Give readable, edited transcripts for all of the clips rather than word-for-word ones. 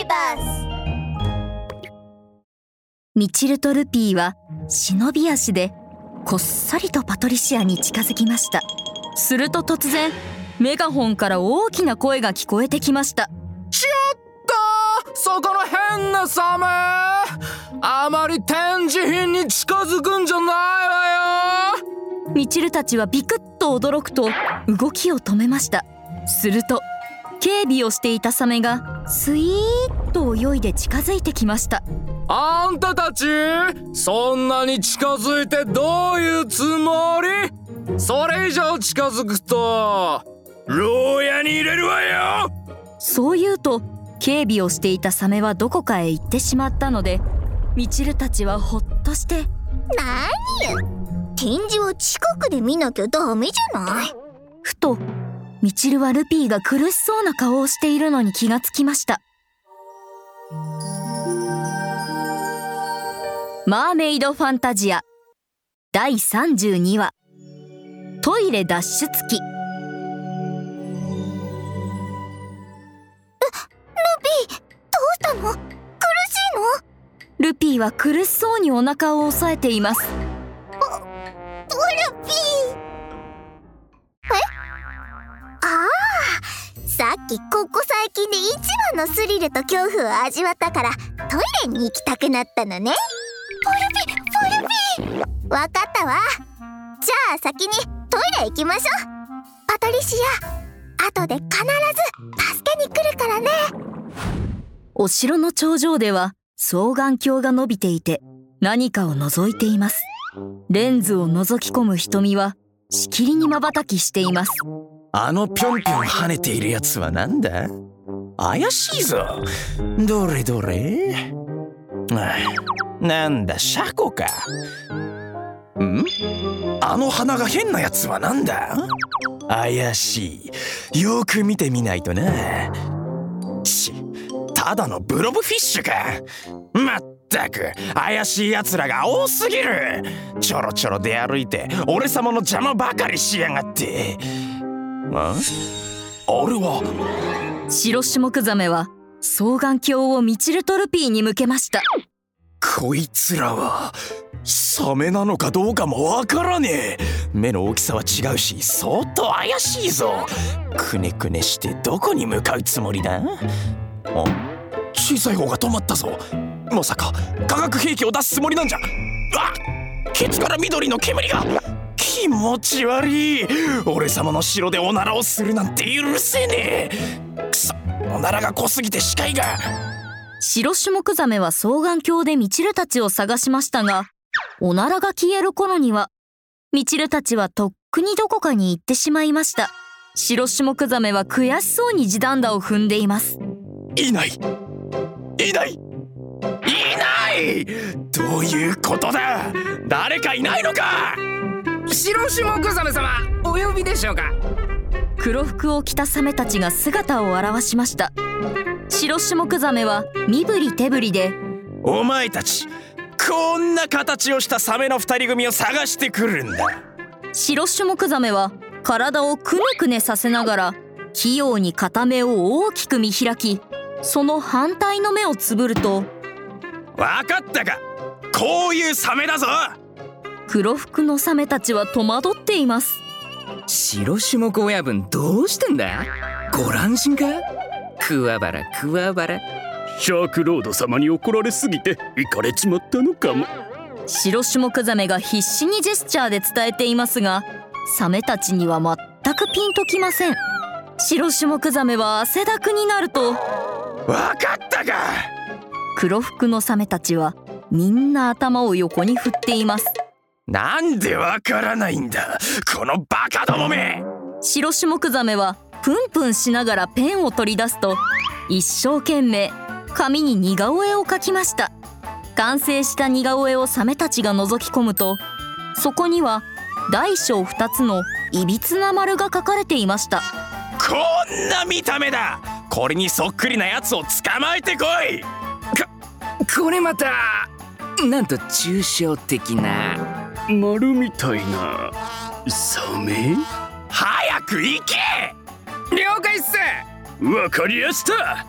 ビバス。 ミチルとルピーは忍び足でこっそりとパトリシアに近づきました。すると突然メガホンから大きな声が聞こえてきました。 ちょっとそこの変なサメ、あまり展示品に近づくんじゃないわよ。 ミチルたちはビクッと驚くと動きを止めました。すると警備をしていたサメがスイーッと泳いで近づいてきました。 あんたたちそんなに近づいてどういうつもり？それ以上近づくと牢屋に入れるわよ。 そう言うと警備をしていたサメはどこかへ行ってしまったので、ミチルたちはほっとして、 何よ、展示を近くで見なきゃダメじゃない。 ふとミチルはルピーが苦しそうな顔をしているのに気がつきました。マーメイドファンタジア第32話、トイレ脱出記。 ルピー、どうしたの？苦しいの？ ルピーは苦しそうにお腹を押さえています。 ルピー。ああ、さっきここ最近で一番のスリルと恐怖を味わったからトイレに行きたくなったのね。ルピー、わかったわ。じゃあ先にトイレ行きましょう。パトリシア、後で必ず助けに来るからね。 お城の頂上では双眼鏡が伸びていて何かを覗いています。レンズを覗き込む瞳はしきりに瞬きしています。 あのぴょんぴょん跳ねているやつはなんだ？怪しいぞ。どれどれ。なんだ、シャコか。あの鼻が変なやつはなんだ？怪しい。よく見てみないとな。ただのブロブフィッシュか。まったく怪しいやつらが多すぎる。ちょろちょろ出歩いて俺様の邪魔ばかりしやがって。あれは白シュモクザメは双眼鏡をミチルとルピーに向けました。 こいつらはサメなのかどうかもわからねえ。目の大きさは違うし相当怪しいぞ。くねくねしてどこに向かうつもりだ？小さい方が止まったぞ。まさか化学兵器を出すつもりなんじゃ。ケツから緑の煙が。気持ち悪い。俺様の城でおならをするなんて許せねえ。くそ、おならが濃すぎて視界が。 白シュモクザメは双眼鏡でミチルたちを探しましたが、おならが消える頃にはミチルたちはとっくにどこかに行ってしまいました。白シュモクザメは悔しそうに地団太を踏んでいます。 いないどういうことだ？誰かいないのか？ 白シュモクザメ様、お呼びでしょうか？ 黒服を着たサメたちが姿を現しました。白シュモクザメは身振り手振りで、 お前たちこんな形をしたサメの二人組を探してくるんだ。 白シュモクザメは体をくねくねさせながら器用に片目を大きく見開き、その反対の目をつぶると、 わかったか、こういうサメだぞ。 黒服のサメたちは戸惑っています。 白シュモク親分、どうしてんだ？ご乱心か？クワバラクワバラ。 シャークロード様に怒られすぎてイカれちまったのかも。 白シュモクザメが必死にジェスチャーで伝えていますが、サメたちには全くピンときません。白シュモクザメは汗だくになると、 わかったか。 黒服のサメたちはみんな頭を横に振っています。 なんでわからないんだ、このバカどもめ。 白シュモクザメはプンプンしながらペンを取り出すと、一生懸命紙に似顔絵を描きました。完成した似顔絵をサメたちが覗き込むと、そこには大小2つのいびつな丸が描かれていました。 こんな見た目だ。これにそっくりなやつを捕まえてこい。 これまたなんと抽象的な丸みたいなサメ。 早く行け。 了解っす。 わかりやした。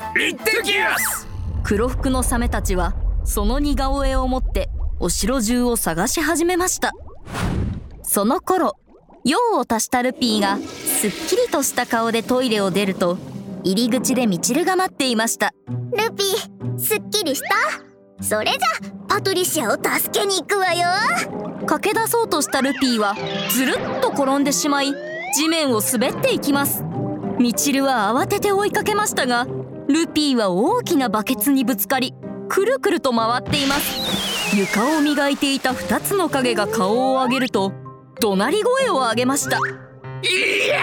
行ってきます。 黒服のサメたちはその似顔絵を持ってお城中を探し始めました。その頃用を足したルピーがすっきりとした顔でトイレを出ると、入り口でミチルが待っていました。 ルピー、すっきりした？それじゃパトリシアを助けに行くわよ。 駆け出そうとしたルピーはずるっと転んでしまい、地面を滑っていきます。ミチルは慌てて追いかけましたが、ルピーは大きなバケツにぶつかり、くるくると回っています。床を磨いていた2つの影が顔を上げると、怒鳴り声を上げました。 いや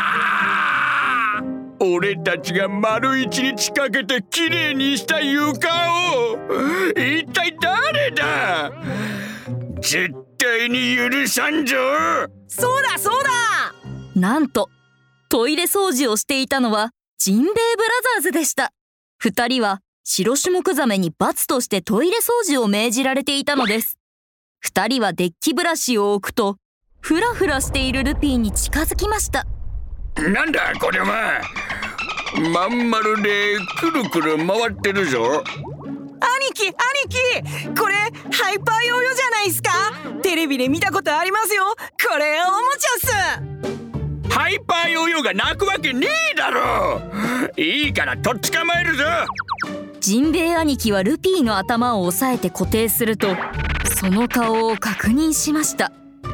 ー、俺たちが丸一日かけてきれいにした床を一体誰だ？絶対に許さんぞ。 そうだそうだ。 なんとトイレ掃除をしていたのはジンベエブラザーズでした。2人は白シュモクザメに罰としてトイレ掃除を命じられていたのです。2人はデッキブラシを置くと、フラフラしているルピーに近づきました。 なんだこれは。まん丸でくるくる回ってるぞ。 兄貴これハイパーヨーヨーじゃないですか。テレビで見たことありますよ。これおもちゃっす。 ハイパーヨーヨーが鳴くわけねえだろ。いいからとっ捕まえるぞ。 ジンベエ兄貴はルピーの頭を押さえて固定すると、その顔を確認しました。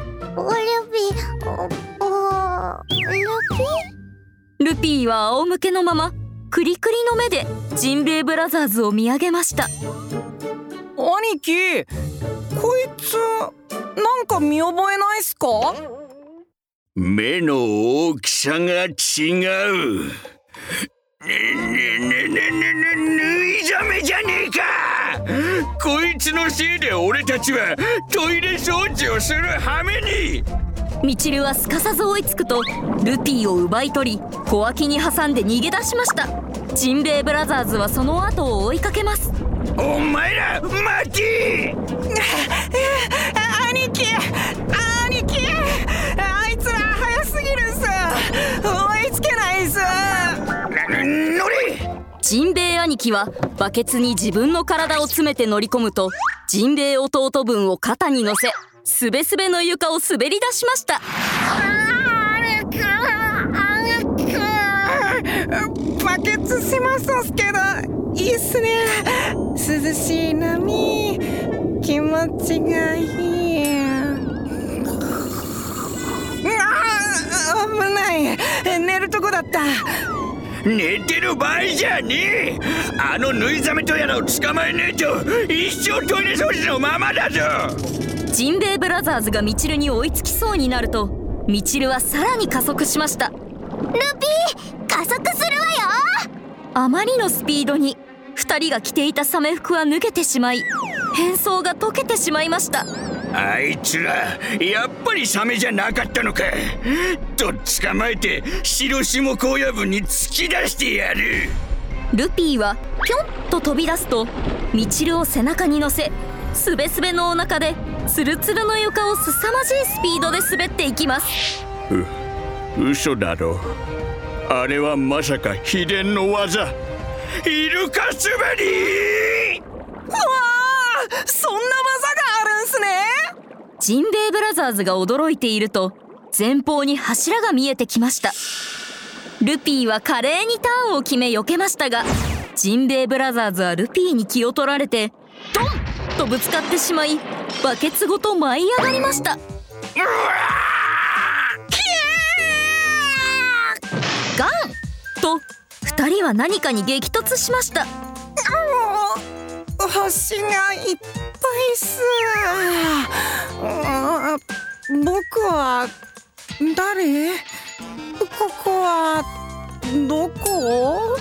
ルピーは仰向けのままクリクリの目でジンベエブラザーズを見上げました。 兄貴、こいつなんか見覚えないっすか？ 目の大きさが違う。ぬいざめじゃねえか。こいつのせいで俺たちはトイレ掃除をする羽目に。 ミチルはすかさず追いつくと、ルピーを奪い取り小脇に挟んで逃げ出しました。ジンベエブラザーズはその後を追いかけます。 お前ら待て。 兄貴あいつら早すぎるっす。追いつけないっす。 乗れ。 ジンベエ兄貴はバケツに自分の体を詰めて乗り込むと、ジンベエ弟分を肩に乗せ、すべすべの床を滑り出しました。 バケツ狭そうっすけどいいっすね。涼しい波、気持ちがいい。危ない、寝るとこだった。 寝てる場合じゃねえ。あの縫いざめとやらを捕まえねえと一生トイレ掃除のままだぞ。 ジンベエブラザーズがミチルに追いつきそうになると、ミチルはさらに加速しました。 ルピー、加速するわよ。 あまりのスピードに2人が着ていたサメ服は脱げてしまい、変装が溶けてしまいました。 あいつらやっぱりサメじゃなかったのか。とっ捕まえて白霜高野部に突き出してやる。 ルピーはぴょんと飛び出すと、ミチルを背中に乗せ、すべすべのお腹でツルツルの床を凄まじいスピードで滑っていきます。 嘘だろ。あれはまさか秘伝の技、イルカ滑り。 うわー、そんな技があるんすね。 ジンベエブラザーズが驚いていると、前方に柱が見えてきました。ルピーは華麗にターンを決め避けましたが、ジンベエブラザーズはルピーに気を取られてドンとぶつかってしまい、バケツごと舞い上がりました。ガンと2人は何かに激突しました。 星がいっぱいっす。僕は誰？ここはどこ？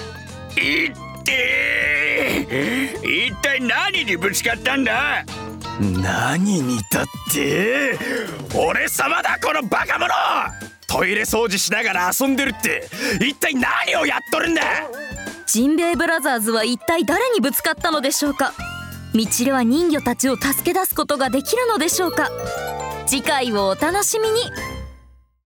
一体何にぶつかったんだ？ 何にだって。俺様だこのバカ者。トイレ掃除しながら遊んでるって一体何をやっとるんだ。 ジンベエブラザーズは一体誰にぶつかったのでしょうか。ミチルは人魚たちを助け出すことができるのでしょうか。次回をお楽しみに。